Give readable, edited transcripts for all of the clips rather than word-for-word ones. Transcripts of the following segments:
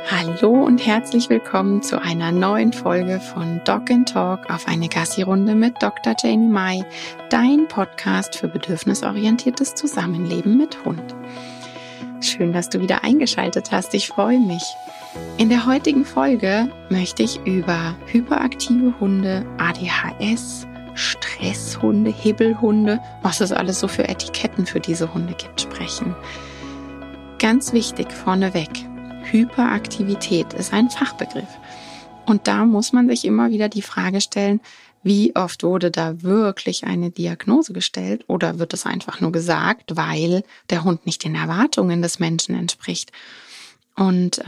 Hallo und herzlich willkommen zu einer neuen Folge von Dog & Talk auf eine Gassi-Runde mit Dr. Janie Mai, dein Podcast für bedürfnisorientiertes Zusammenleben mit Hund. Schön, dass du wieder eingeschaltet hast, ich freue mich. In der heutigen Folge möchte ich über hyperaktive Hunde, ADHS, Stresshunde, Hibbelhunde, was es alles so für Etiketten für diese Hunde gibt, sprechen. Ganz wichtig vorneweg. Hyperaktivität ist ein Fachbegriff. Und da muss man sich immer wieder die Frage stellen, wie oft wurde da wirklich eine Diagnose gestellt oder wird es einfach nur gesagt, weil der Hund nicht den Erwartungen des Menschen entspricht. Und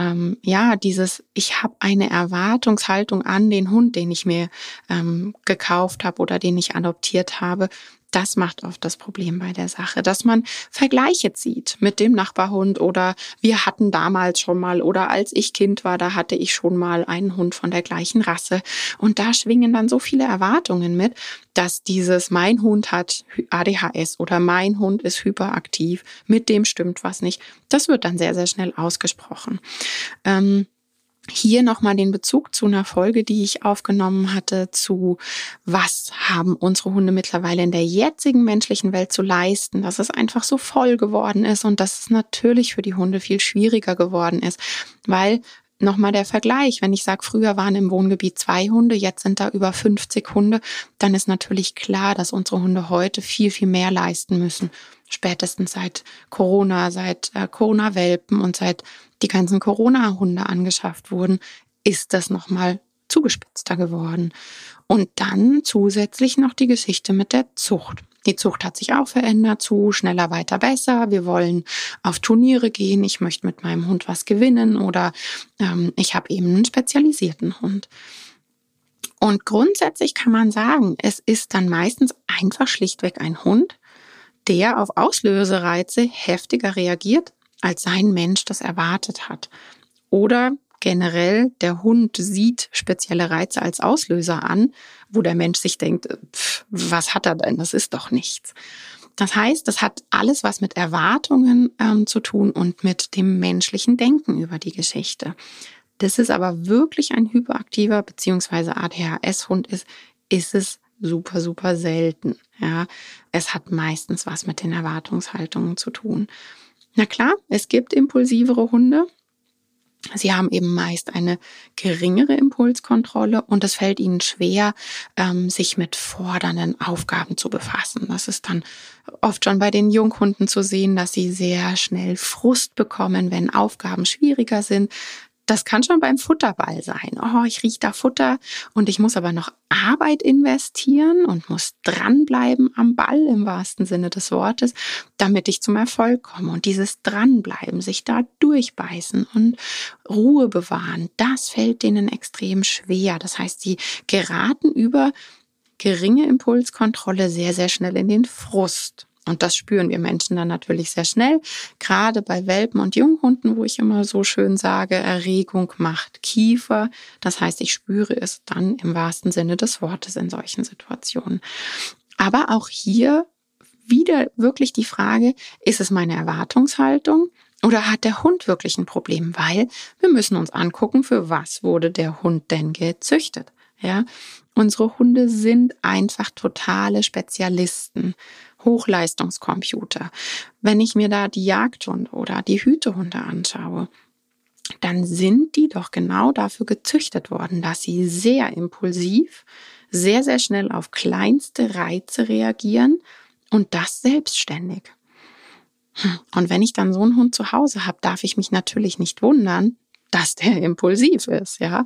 ich habe eine Erwartungshaltung an den Hund, den ich mir gekauft habe oder den ich adoptiert habe. Das macht oft das Problem bei der Sache, dass man Vergleiche zieht mit dem Nachbarhund oder wir hatten damals schon mal oder als ich Kind war, da hatte ich schon mal einen Hund von der gleichen Rasse. Und da schwingen dann so viele Erwartungen mit, dass dieses mein Hund hat ADHS oder mein Hund ist hyperaktiv, mit dem stimmt was nicht. Das wird dann sehr, sehr schnell ausgesprochen. Hier nochmal den Bezug zu einer Folge, die ich aufgenommen hatte, zu was haben unsere Hunde mittlerweile in der jetzigen menschlichen Welt zu leisten, dass es einfach so voll geworden ist und dass es natürlich für die Hunde viel schwieriger geworden ist, weil nochmal der Vergleich, wenn ich sage, früher waren im Wohngebiet 2 Hunde, jetzt sind da über 50 Hunde, dann ist natürlich klar, dass unsere Hunde heute viel, viel mehr leisten müssen. Spätestens seit Corona, seit Corona-Welpen und seit die ganzen Corona-Hunde angeschafft wurden, ist das nochmal zugespitzter geworden. Und dann zusätzlich noch die Geschichte mit der Zucht. Die Zucht hat sich auch verändert zu schneller, weiter, besser. Wir wollen auf Turniere gehen. Ich möchte mit meinem Hund was gewinnen oder ich habe eben einen spezialisierten Hund. Und grundsätzlich kann man sagen, es ist dann meistens einfach schlichtweg ein Hund, der auf Auslösereize heftiger reagiert, als sein Mensch das erwartet hat. Oder generell, der Hund sieht spezielle Reize als Auslöser an, wo der Mensch sich denkt, was hat er denn? Das ist doch nichts. Das heißt, das hat alles was mit Erwartungen zu tun und mit dem menschlichen Denken über die Geschichte. Das ist aber wirklich ein hyperaktiver bzw. ADHS-Hund ist es super, super selten. Ja, es hat meistens was mit den Erwartungshaltungen zu tun. Na klar, es gibt impulsivere Hunde. Sie haben eben meist eine geringere Impulskontrolle und es fällt ihnen schwer, sich mit fordernden Aufgaben zu befassen. Das ist dann oft schon bei den Junghunden zu sehen, dass sie sehr schnell Frust bekommen, wenn Aufgaben schwieriger sind. Das kann schon beim Futterball sein. Oh, ich rieche da Futter und ich muss aber noch Arbeit investieren und muss dranbleiben am Ball im wahrsten Sinne des Wortes, damit ich zum Erfolg komme. Und dieses Dranbleiben, sich da durchbeißen und Ruhe bewahren, das fällt denen extrem schwer. Das heißt, sie geraten über geringe Impulskontrolle sehr, sehr schnell in den Frust. Und das spüren wir Menschen dann natürlich sehr schnell, gerade bei Welpen und Junghunden, wo ich immer so schön sage, Erregung macht Kiefer. Das heißt, ich spüre es dann im wahrsten Sinne des Wortes in solchen Situationen. Aber auch hier wieder wirklich die Frage, ist es meine Erwartungshaltung oder hat der Hund wirklich ein Problem? Weil wir müssen uns angucken, für was wurde der Hund denn gezüchtet? Ja, unsere Hunde sind einfach totale Spezialisten. Hochleistungscomputer. Wenn ich mir da die Jagdhunde oder die Hütehunde anschaue, dann sind die doch genau dafür gezüchtet worden, dass sie sehr impulsiv, sehr, sehr schnell auf kleinste Reize reagieren und das selbstständig. Und wenn ich dann so einen Hund zu Hause habe, darf ich mich natürlich nicht wundern, dass der impulsiv ist, ja.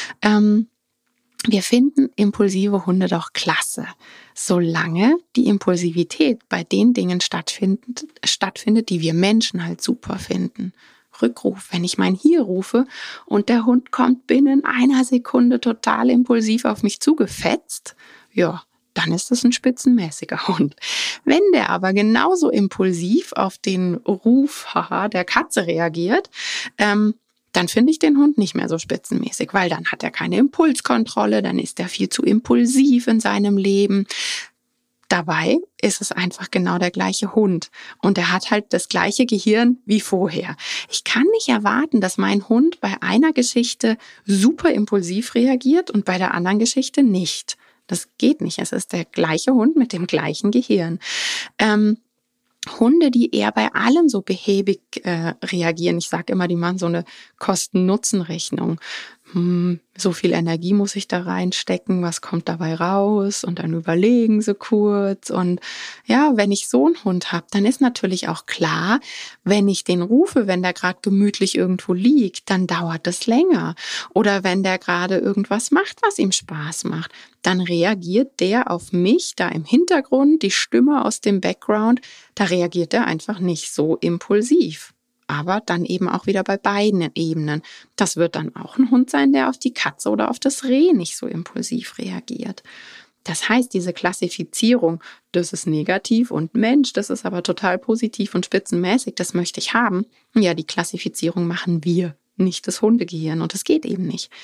Wir finden impulsive Hunde doch klasse, solange die Impulsivität bei den Dingen stattfindet, die wir Menschen halt super finden. Rückruf, wenn ich mein Hier rufe und der Hund kommt binnen einer Sekunde total impulsiv auf mich zugefetzt, ja, dann ist es ein spitzenmäßiger Hund. Wenn der aber genauso impulsiv auf den Ruf der Katze reagiert, dann finde ich den Hund nicht mehr so spitzenmäßig, weil dann hat er keine Impulskontrolle, dann ist er viel zu impulsiv in seinem Leben. Dabei ist es einfach genau der gleiche Hund und er hat halt das gleiche Gehirn wie vorher. Ich kann nicht erwarten, dass mein Hund bei einer Geschichte super impulsiv reagiert und bei der anderen Geschichte nicht. Das geht nicht. Es ist der gleiche Hund mit dem gleichen Gehirn. Hunde, die eher bei allem so behäbig reagieren. Ich sage immer, die machen so eine Kosten-Nutzen-Rechnung. So viel Energie muss ich da reinstecken, was kommt dabei raus? Und dann überlegen sie kurz. Und ja, wenn ich so einen Hund habe, dann ist natürlich auch klar, wenn ich den rufe, wenn der gerade gemütlich irgendwo liegt, dann dauert es länger. Oder wenn der gerade irgendwas macht, was ihm Spaß macht, dann reagiert der auf mich da im Hintergrund, die Stimme aus dem Background, da reagiert er einfach nicht so impulsiv. Aber dann eben auch wieder bei beiden Ebenen. Das wird dann auch ein Hund sein, der auf die Katze oder auf das Reh nicht so impulsiv reagiert. Das heißt, diese Klassifizierung, das ist negativ und Mensch, das ist aber total positiv und spitzenmäßig, das möchte ich haben. Ja, die Klassifizierung machen wir, nicht das Hundegehirn und das geht eben nicht.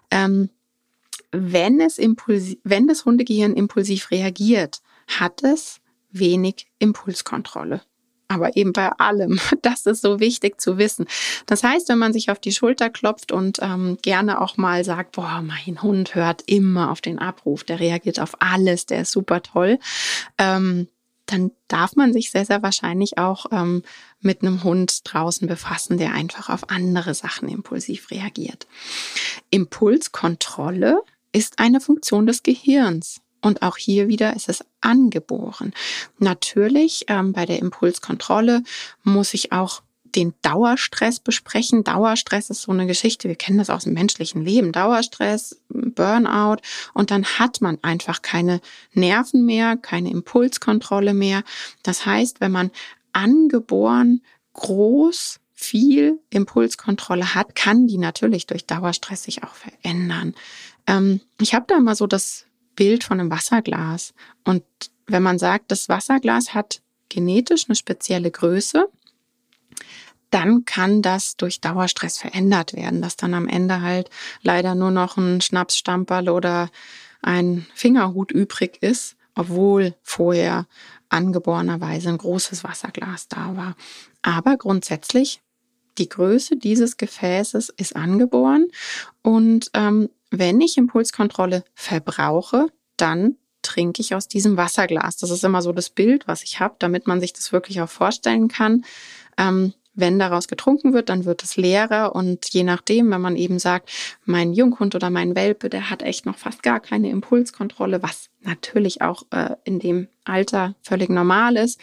Wenn das Hundegehirn impulsiv reagiert, hat es wenig Impulskontrolle. Aber eben bei allem. Das ist so wichtig zu wissen. Das heißt, wenn man sich auf die Schulter klopft und gerne auch mal sagt, boah, mein Hund hört immer auf den Abruf, der reagiert auf alles, der ist super toll, dann darf man sich sehr, sehr wahrscheinlich auch mit einem Hund draußen befassen, der einfach auf andere Sachen impulsiv reagiert. Impulskontrolle ist eine Funktion des Gehirns. Und auch hier wieder ist es angeboren. Natürlich, bei der Impulskontrolle muss ich auch den Dauerstress besprechen. Dauerstress ist so eine Geschichte, wir kennen das aus dem menschlichen Leben. Dauerstress, Burnout und dann hat man einfach keine Nerven mehr, keine Impulskontrolle mehr. Das heißt, wenn man angeboren viel Impulskontrolle hat, kann die natürlich durch Dauerstress sich auch verändern. Ich habe da immer so das Bild von einem Wasserglas. Und wenn man sagt, das Wasserglas hat genetisch eine spezielle Größe, dann kann das durch Dauerstress verändert werden, dass dann am Ende halt leider nur noch ein Schnapsstamperl oder ein Fingerhut übrig ist, obwohl vorher angeborenerweise ein großes Wasserglas da war. Aber grundsätzlich, die Größe dieses Gefäßes ist angeboren und wenn ich Impulskontrolle verbrauche, dann trinke ich aus diesem Wasserglas. Das ist immer so das Bild, was ich habe, damit man sich das wirklich auch vorstellen kann. Wenn daraus getrunken wird, dann wird es leerer und je nachdem, wenn man eben sagt, mein Junghund oder mein Welpe, der hat echt noch fast gar keine Impulskontrolle, was natürlich auch in dem Alter völlig normal ist,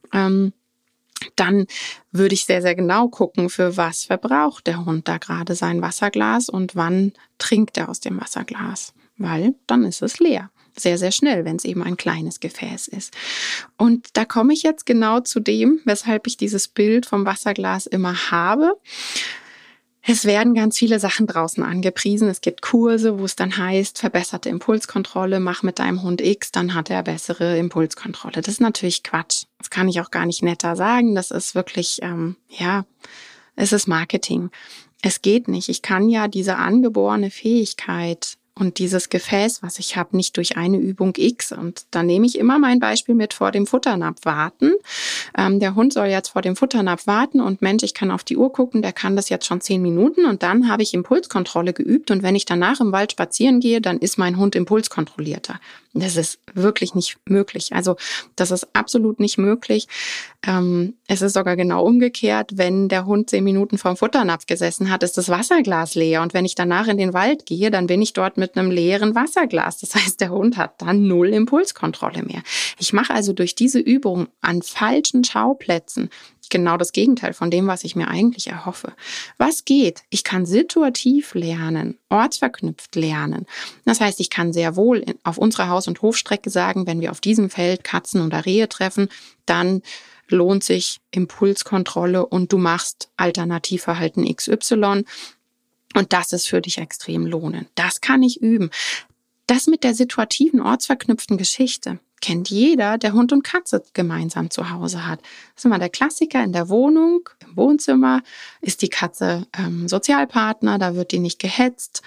dann würde ich sehr, sehr genau gucken, für was verbraucht der Hund da gerade sein Wasserglas und wann trinkt er aus dem Wasserglas, weil dann ist es leer. Sehr, sehr schnell, wenn es eben ein kleines Gefäß ist. Und da komme ich jetzt genau zu dem, weshalb ich dieses Bild vom Wasserglas immer habe. Es werden ganz viele Sachen draußen angepriesen. Es gibt Kurse, wo es dann heißt, verbesserte Impulskontrolle, mach mit deinem Hund X, dann hat er bessere Impulskontrolle. Das ist natürlich Quatsch. Das kann ich auch gar nicht netter sagen. Das ist wirklich, es ist Marketing. Es geht nicht. Ich kann ja diese angeborene Fähigkeit und dieses Gefäß, was ich habe, nicht durch eine Übung X. Und da nehme ich immer mein Beispiel mit vor dem Futternapf warten. Der Hund soll jetzt vor dem Futternapf warten und Mensch, ich kann auf die Uhr gucken, der kann das jetzt schon 10 Minuten und dann habe ich Impulskontrolle geübt und wenn ich danach im Wald spazieren gehe, dann ist mein Hund impulskontrollierter. Das ist wirklich nicht möglich. Also das ist absolut nicht möglich. Es ist sogar genau umgekehrt. Wenn der Hund 10 Minuten vorm Futternapf gesessen hat, ist das Wasserglas leer. Und wenn ich danach in den Wald gehe, dann bin ich dort mit einem leeren Wasserglas. Das heißt, der Hund hat dann 0 Impulskontrolle mehr. Ich mache also durch diese Übung an falschen Schauplätzen genau das Gegenteil von dem, was ich mir eigentlich erhoffe. Was geht? Ich kann situativ lernen, ortsverknüpft lernen. Das heißt, ich kann sehr wohl auf unserer Haus- und Hofstrecke sagen, wenn wir auf diesem Feld Katzen oder Rehe treffen, dann lohnt sich Impulskontrolle und du machst Alternativverhalten XY und das ist für dich extrem lohnend. Das kann ich üben. Das mit der situativen, ortsverknüpften Geschichte kennt jeder, der Hund und Katze gemeinsam zu Hause hat. Das ist immer der Klassiker in der Wohnung, im Wohnzimmer ist die Katze Sozialpartner, da wird die nicht gehetzt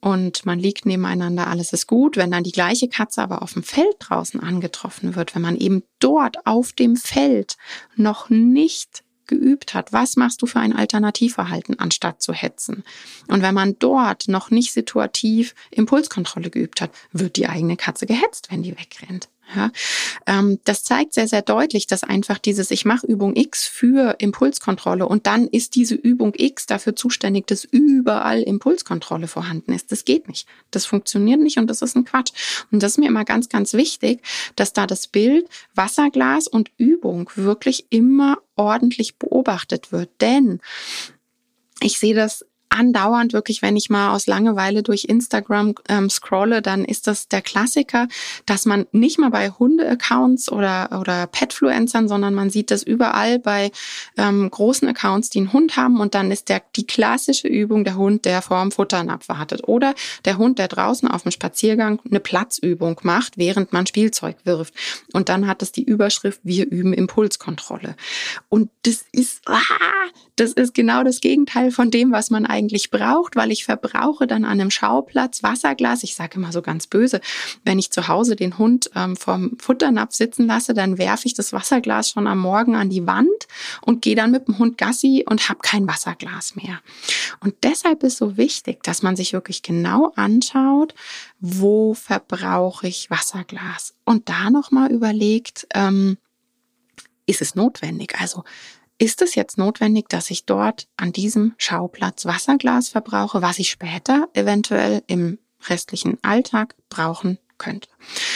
und man liegt nebeneinander, alles ist gut. Wenn dann die gleiche Katze aber auf dem Feld draußen angetroffen wird, wenn man eben dort auf dem Feld noch nicht geübt hat, was machst du für ein Alternativverhalten, anstatt zu hetzen? Und wenn man dort noch nicht situativ Impulskontrolle geübt hat, wird die eigene Katze gehetzt, wenn die wegrennt. Ja, das zeigt sehr, sehr deutlich, dass einfach dieses ich mache Übung X für Impulskontrolle und dann ist diese Übung X dafür zuständig, dass überall Impulskontrolle vorhanden ist. Das geht nicht. Das funktioniert nicht und das ist ein Quatsch. Und das ist mir immer ganz, ganz wichtig, dass da das Bild Wasserglas und Übung wirklich immer ordentlich beobachtet wird. Denn ich sehe das andauernd wirklich, wenn ich mal aus Langeweile durch Instagram scrolle, dann ist das der Klassiker, dass man nicht mal bei Hunde-Accounts oder Petfluencern, sondern man sieht das überall bei großen Accounts, die einen Hund haben und dann ist die klassische Übung der Hund, der vorm Futternapf wartet oder der Hund, der draußen auf dem Spaziergang eine Platzübung macht, während man Spielzeug wirft und dann hat es die Überschrift, wir üben Impulskontrolle und das ist genau das Gegenteil von dem, was man eigentlich braucht, weil ich verbrauche dann an einem Schauplatz Wasserglas. Ich sage immer so ganz böse, wenn ich zu Hause den Hund vorm Futternapf sitzen lasse, dann werfe ich das Wasserglas schon am Morgen an die Wand und gehe dann mit dem Hund Gassi und habe kein Wasserglas mehr. Und deshalb ist so wichtig, dass man sich wirklich genau anschaut, wo verbrauche ich Wasserglas? Und da nochmal überlegt, ist es notwendig? Also ist es jetzt notwendig, dass ich dort an diesem Schauplatz Wasserglas verbrauche, was ich später eventuell im restlichen Alltag brauchen könnte?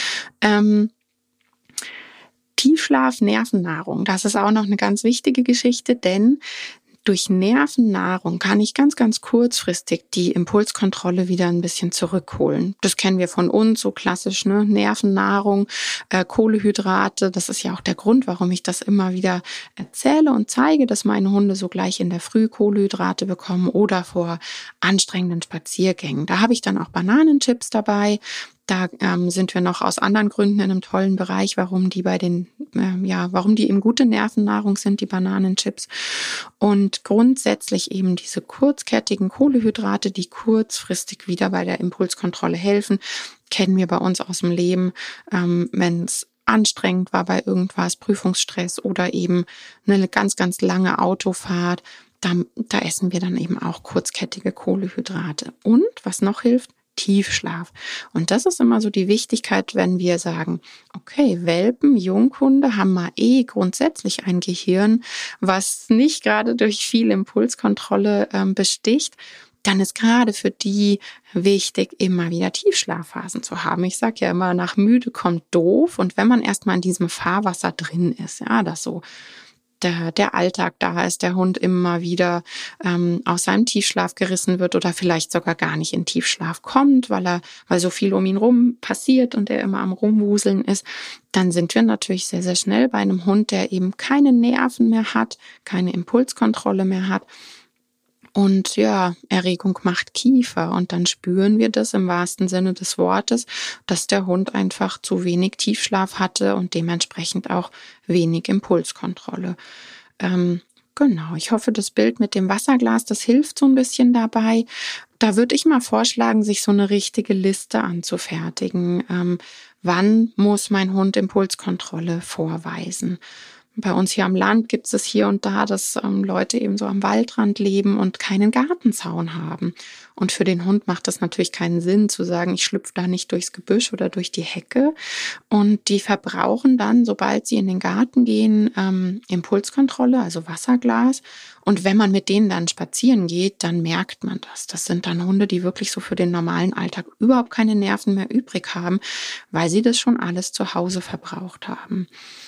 Tiefschlaf, Nervennahrung, das ist auch noch eine ganz wichtige Geschichte, denn durch Nervennahrung kann ich ganz, ganz kurzfristig die Impulskontrolle wieder ein bisschen zurückholen. Das kennen wir von uns, so klassisch, ne? Nervennahrung, Kohlenhydrate. Das ist ja auch der Grund, warum ich das immer wieder erzähle und zeige, dass meine Hunde so gleich in der Früh Kohlenhydrate bekommen oder vor anstrengenden Spaziergängen. Da habe ich dann auch Bananenchips dabei. Da sind wir noch aus anderen Gründen in einem tollen Bereich, warum die warum die eben gute Nervennahrung sind, die Bananenchips. Und grundsätzlich eben diese kurzkettigen Kohlenhydrate, die kurzfristig wieder bei der Impulskontrolle helfen, kennen wir bei uns aus dem Leben, wenn es anstrengend war bei irgendwas, Prüfungsstress oder eben eine ganz, ganz lange Autofahrt. Da essen wir dann eben auch kurzkettige Kohlenhydrate. Und was noch hilft, Tiefschlaf. Und das ist immer so die Wichtigkeit, wenn wir sagen, okay, Welpen, Junghunde haben mal grundsätzlich ein Gehirn, was nicht gerade durch viel Impulskontrolle besticht, dann ist gerade für die wichtig, immer wieder Tiefschlafphasen zu haben. Ich sage ja immer, nach müde kommt doof. Und wenn man erstmal in diesem Fahrwasser drin ist, ja, das so der Alltag da ist, der Hund immer wieder aus seinem Tiefschlaf gerissen wird oder vielleicht sogar gar nicht in Tiefschlaf kommt, weil so viel um ihn rum passiert und er immer am Rumwuseln ist, dann sind wir natürlich sehr, sehr schnell bei einem Hund, der eben keine Nerven mehr hat, keine Impulskontrolle mehr hat. Und ja, Erregung macht Kiefer und dann spüren wir das im wahrsten Sinne des Wortes, dass der Hund einfach zu wenig Tiefschlaf hatte und dementsprechend auch wenig Impulskontrolle. Genau, ich hoffe, das Bild mit dem Wasserglas, das hilft so ein bisschen dabei. Da würde ich mal vorschlagen, sich so eine richtige Liste anzufertigen. Wann muss mein Hund Impulskontrolle vorweisen? Bei uns hier am Land gibt es hier und da, dass Leute eben so am Waldrand leben und keinen Gartenzaun haben. Und für den Hund macht das natürlich keinen Sinn zu sagen, ich schlüpfe da nicht durchs Gebüsch oder durch die Hecke. Und die verbrauchen dann, sobald sie in den Garten gehen, Impulskontrolle, also Wasserglas. Und wenn man mit denen dann spazieren geht, dann merkt man das. Das sind dann Hunde, die wirklich so für den normalen Alltag überhaupt keine Nerven mehr übrig haben, weil sie das schon alles zu Hause verbraucht haben.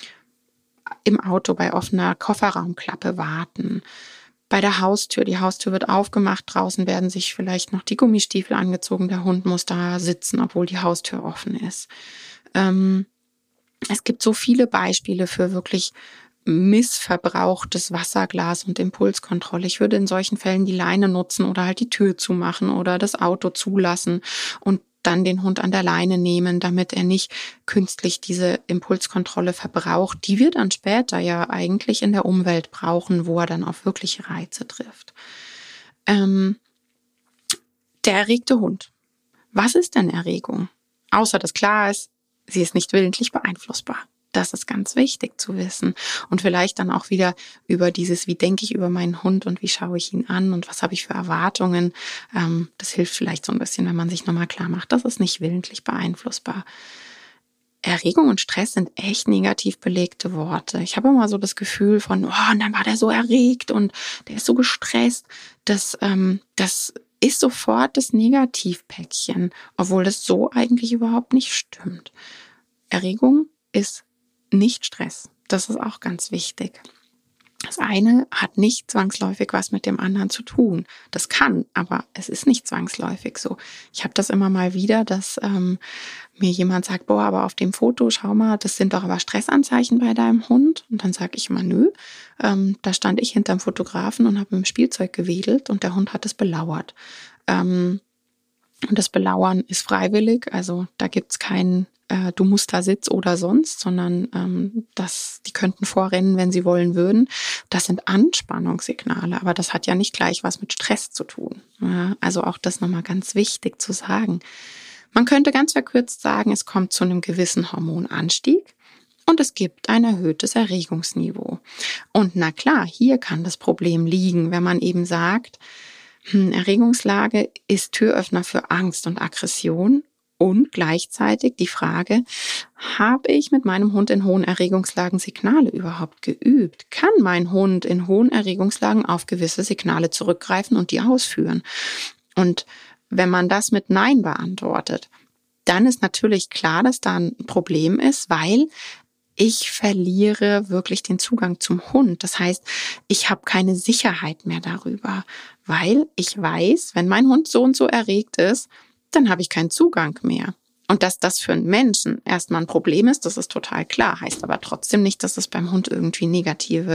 Im Auto bei offener Kofferraumklappe warten, bei der Haustür, die Haustür wird aufgemacht, draußen werden sich vielleicht noch die Gummistiefel angezogen, der Hund muss da sitzen, obwohl die Haustür offen ist. Es gibt so viele Beispiele für wirklich missverbrauchtes Wasserglas und Impulskontrolle. Ich würde in solchen Fällen die Leine nutzen oder halt die Tür zumachen oder das Auto zulassen und dann den Hund an der Leine nehmen, damit er nicht künstlich diese Impulskontrolle verbraucht, die wir dann später ja eigentlich in der Umwelt brauchen, wo er dann auf wirkliche Reize trifft. Der erregte Hund. Was ist denn Erregung? Außer dass klar ist, sie ist nicht willentlich beeinflussbar. Das ist ganz wichtig zu wissen. Und vielleicht dann auch wieder über dieses, wie denke ich über meinen Hund und wie schaue ich ihn an und was habe ich für Erwartungen. Das hilft vielleicht so ein bisschen, wenn man sich nochmal klar macht, das ist nicht willentlich beeinflussbar. Erregung und Stress sind echt negativ belegte Worte. Ich habe immer so das Gefühl von, und dann war der so erregt und der ist so gestresst. Das ist sofort das Negativpäckchen, obwohl das so eigentlich überhaupt nicht stimmt. Erregung ist nicht Stress. Das ist auch ganz wichtig. Das eine hat nicht zwangsläufig was mit dem anderen zu tun. Das kann, aber es ist nicht zwangsläufig so. Ich habe das immer mal wieder, dass mir jemand sagt, aber auf dem Foto, schau mal, das sind doch aber Stressanzeichen bei deinem Hund. Und dann sage ich immer, nö, da stand ich hinterm Fotografen und habe mit dem Spielzeug gewedelt und der Hund hat es belauert. Und das Belauern ist freiwillig, also da gibt's keinen du musst da Sitz oder sonst, sondern die könnten vorrennen, wenn sie wollen würden. Das sind Anspannungssignale, aber das hat ja nicht gleich was mit Stress zu tun. Ja, also auch das nochmal ganz wichtig zu sagen. Man könnte ganz verkürzt sagen, es kommt zu einem gewissen Hormonanstieg und es gibt ein erhöhtes Erregungsniveau. Und na klar, hier kann das Problem liegen, wenn man eben sagt, Erregungslage ist Türöffner für Angst und Aggression. Und gleichzeitig die Frage, habe ich mit meinem Hund in hohen Erregungslagen Signale überhaupt geübt? Kann mein Hund in hohen Erregungslagen auf gewisse Signale zurückgreifen und die ausführen? Und wenn man das mit Nein beantwortet, dann ist natürlich klar, dass da ein Problem ist, weil ich verliere wirklich den Zugang zum Hund. Das heißt, ich habe keine Sicherheit mehr darüber, weil ich weiß, wenn mein Hund so und so erregt ist, dann habe ich keinen Zugang mehr. Und dass das für einen Menschen erstmal ein Problem ist, das ist total klar. Heißt aber trotzdem nicht, dass es beim Hund irgendwie negativ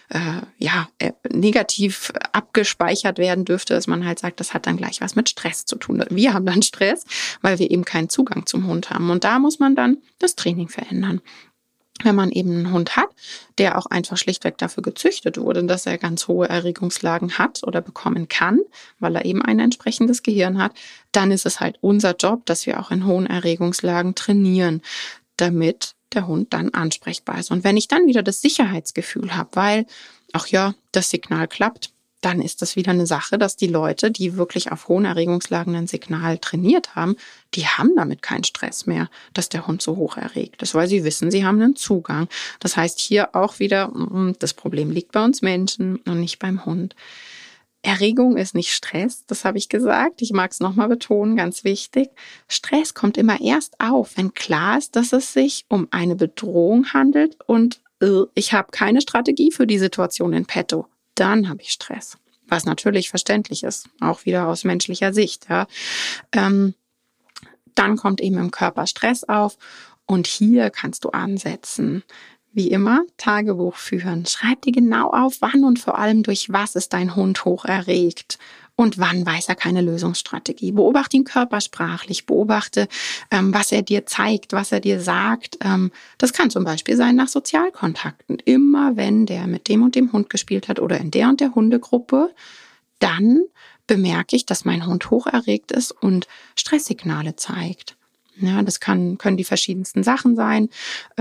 abgespeichert werden dürfte, dass man halt sagt, das hat dann gleich was mit Stress zu tun. Wir haben dann Stress, weil wir eben keinen Zugang zum Hund haben. Und da muss man dann das Training verändern. Wenn man eben einen Hund hat, der auch einfach schlichtweg dafür gezüchtet wurde, dass er ganz hohe Erregungslagen hat oder bekommen kann, weil er eben ein entsprechendes Gehirn hat, dann ist es halt unser Job, dass wir auch in hohen Erregungslagen trainieren, damit der Hund dann ansprechbar ist. Und wenn ich dann wieder das Sicherheitsgefühl habe, weil, das Signal klappt, dann ist das wieder eine Sache, dass die Leute, die wirklich auf hohen Erregungslagen ein Signal trainiert haben, die haben damit keinen Stress mehr, dass der Hund so hoch erregt ist, weil sie wissen, sie haben einen Zugang. Das heißt hier auch wieder, das Problem liegt bei uns Menschen und nicht beim Hund. Erregung ist nicht Stress, das habe ich gesagt. Ich mag es nochmal betonen, ganz wichtig. Stress kommt immer erst auf, wenn klar ist, dass es sich um eine Bedrohung handelt und ich habe keine Strategie für die Situation in petto. Dann habe ich Stress, was natürlich verständlich ist, auch wieder aus menschlicher Sicht. Ja. Dann kommt eben im Körper Stress auf und hier kannst du ansetzen. Wie immer, Tagebuch führen. Schreib dir genau auf, wann und vor allem durch was ist dein Hund hoch erregt. Und wann weiß er keine Lösungsstrategie? Beobachte ihn körpersprachlich, beobachte, was er dir zeigt, was er dir sagt. Das kann zum Beispiel sein nach Sozialkontakten. Immer wenn der mit dem und dem Hund gespielt hat oder in der und der Hundegruppe, dann bemerke ich, dass mein Hund hoch erregt ist und Stresssignale zeigt. Ja, das können die verschiedensten Sachen sein.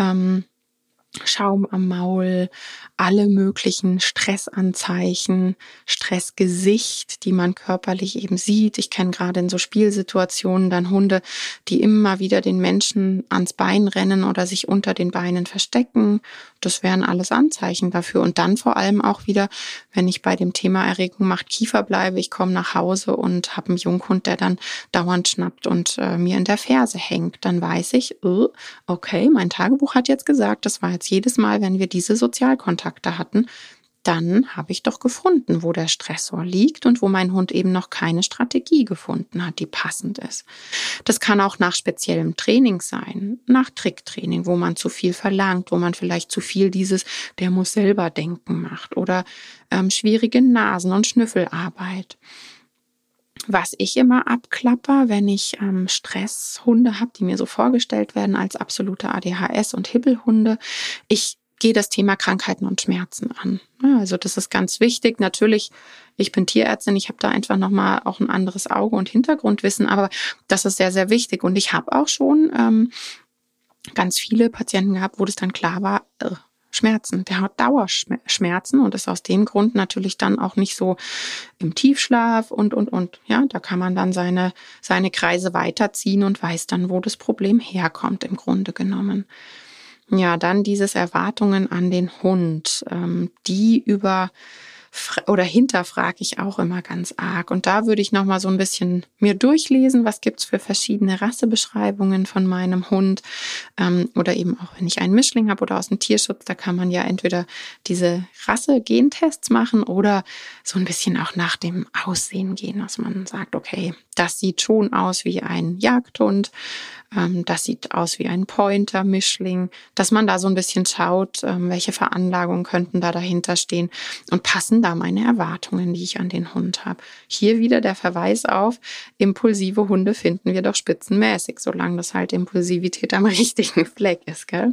Schaum am Maul, alle möglichen Stressanzeichen, Stressgesicht, die man körperlich eben sieht. Ich kenne gerade in so Spielsituationen dann Hunde, die immer wieder den Menschen ans Bein rennen oder sich unter den Beinen verstecken. Das wären alles Anzeichen dafür. Und dann vor allem auch wieder, wenn ich bei dem Thema Erregung macht Kiefer bleibe, ich komme nach Hause und habe einen Junghund, der dann dauernd schnappt und mir in der Ferse hängt, dann weiß ich, okay, mein Tagebuch hat jetzt gesagt, das war jetzt jedes Mal, wenn wir diese Sozialkontakte hatten, dann habe ich doch gefunden, wo der Stressor liegt und wo mein Hund eben noch keine Strategie gefunden hat, die passend ist. Das kann auch nach speziellem Training sein, nach Tricktraining, wo man zu viel verlangt, wo man vielleicht zu viel der muss selber denken macht oder schwierige Nasen- und Schnüffelarbeit. Was ich immer abklapper, wenn ich Stresshunde habe, die mir so vorgestellt werden als absolute ADHS- und Hibbelhunde, ich geh das Thema Krankheiten und Schmerzen an. Ja, also das ist ganz wichtig. Natürlich, ich bin Tierärztin, ich habe da einfach nochmal auch ein anderes Auge und Hintergrundwissen, aber das ist sehr, sehr wichtig. Und ich habe auch schon ganz viele Patienten gehabt, wo das dann klar war, Schmerzen. Der hat Dauerschmerzen und ist aus dem Grund natürlich dann auch nicht so im Tiefschlaf und. Ja, da kann man dann seine Kreise weiterziehen und weiß dann, wo das Problem herkommt im Grunde genommen. Ja, dann dieses Erwartungen an den Hund, die hinterfrage ich auch immer ganz arg. Und da würde ich nochmal so ein bisschen mir durchlesen, was gibt's für verschiedene Rassebeschreibungen von meinem Hund. Oder eben auch, wenn ich einen Mischling habe oder aus dem Tierschutz, da kann man ja entweder diese Rasse-Gentests machen oder so ein bisschen auch nach dem Aussehen gehen, dass man sagt, okay, das sieht schon aus wie ein Jagdhund, das sieht aus wie ein Pointer-Mischling, dass man da so ein bisschen schaut, welche Veranlagungen könnten da dahinter stehen und passen da meine Erwartungen, die ich an den Hund habe. Hier wieder der Verweis auf, impulsive Hunde finden wir doch spitzenmäßig, solange das halt Impulsivität am richtigen Fleck ist, gell?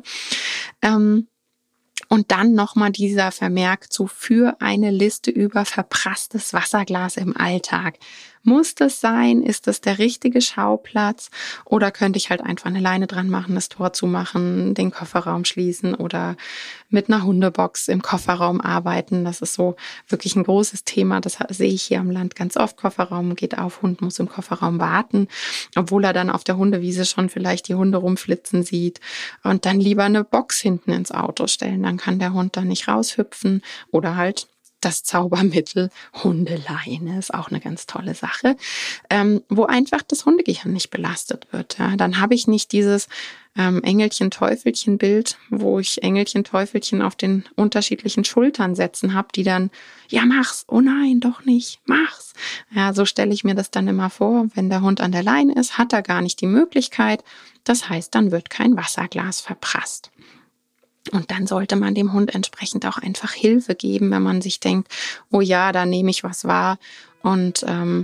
Und dann nochmal dieser Vermerk für eine Liste über verprasstes Wasserglas im Alltag. Muss das sein? Ist das der richtige Schauplatz? Oder könnte ich halt einfach eine Leine dran machen, das Tor zumachen, den Kofferraum schließen oder mit einer Hundebox im Kofferraum arbeiten? Das ist so wirklich ein großes Thema. Das sehe ich hier am Land ganz oft. Kofferraum geht auf, Hund muss im Kofferraum warten, obwohl er dann auf der Hundewiese schon vielleicht die Hunde rumflitzen sieht. Und dann lieber eine Box hinten ins Auto stellen. Dann kann der Hund da nicht raushüpfen oder halt das Zaubermittel Hundeleine ist auch eine ganz tolle Sache, wo einfach das Hundegehirn nicht belastet wird. Ja. Dann habe ich nicht dieses Engelchen-Teufelchen-Bild, wo ich Engelchen-Teufelchen auf den unterschiedlichen Schultern setzen habe, die dann, ja mach's, oh nein, doch nicht, mach's. Ja, so stelle ich mir das dann immer vor. Wenn der Hund an der Leine ist, hat er gar nicht die Möglichkeit. Das heißt, dann wird kein Wasserglas verprasst. Und dann sollte man dem Hund entsprechend auch einfach Hilfe geben, wenn man sich denkt, oh ja, da nehme ich was wahr und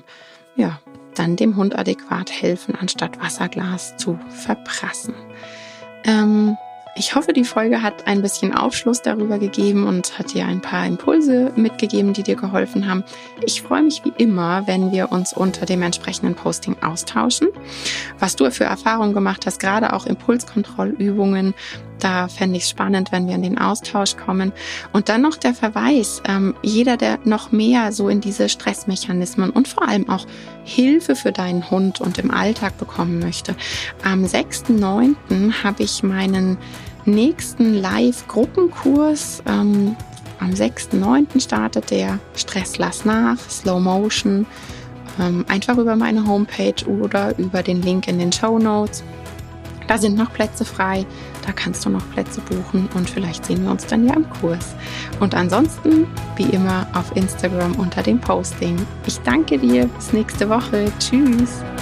dann dem Hund adäquat helfen, anstatt Wasserglas zu verprassen. Ich hoffe, die Folge hat ein bisschen Aufschluss darüber gegeben und hat dir ein paar Impulse mitgegeben, die dir geholfen haben. Ich freue mich wie immer, wenn wir uns unter dem entsprechenden Posting austauschen. Was du für Erfahrungen gemacht hast, gerade auch Impulskontrollübungen, da fände ich es spannend, wenn wir in den Austausch kommen. Und dann noch der Verweis, jeder, der noch mehr so in diese Stressmechanismen und vor allem auch Hilfe für deinen Hund und im Alltag bekommen möchte. Am 6.9. habe ich meinen nächsten Live-Gruppenkurs. Am 6.9. startet der Stress lass nach, Slow Motion. Einfach über meine Homepage oder über den Link in den Shownotes. Da sind noch Plätze frei, da kannst du noch Plätze buchen und vielleicht sehen wir uns dann ja im Kurs. Und ansonsten, wie immer, auf Instagram unter dem Posting. Ich danke dir, bis nächste Woche. Tschüss!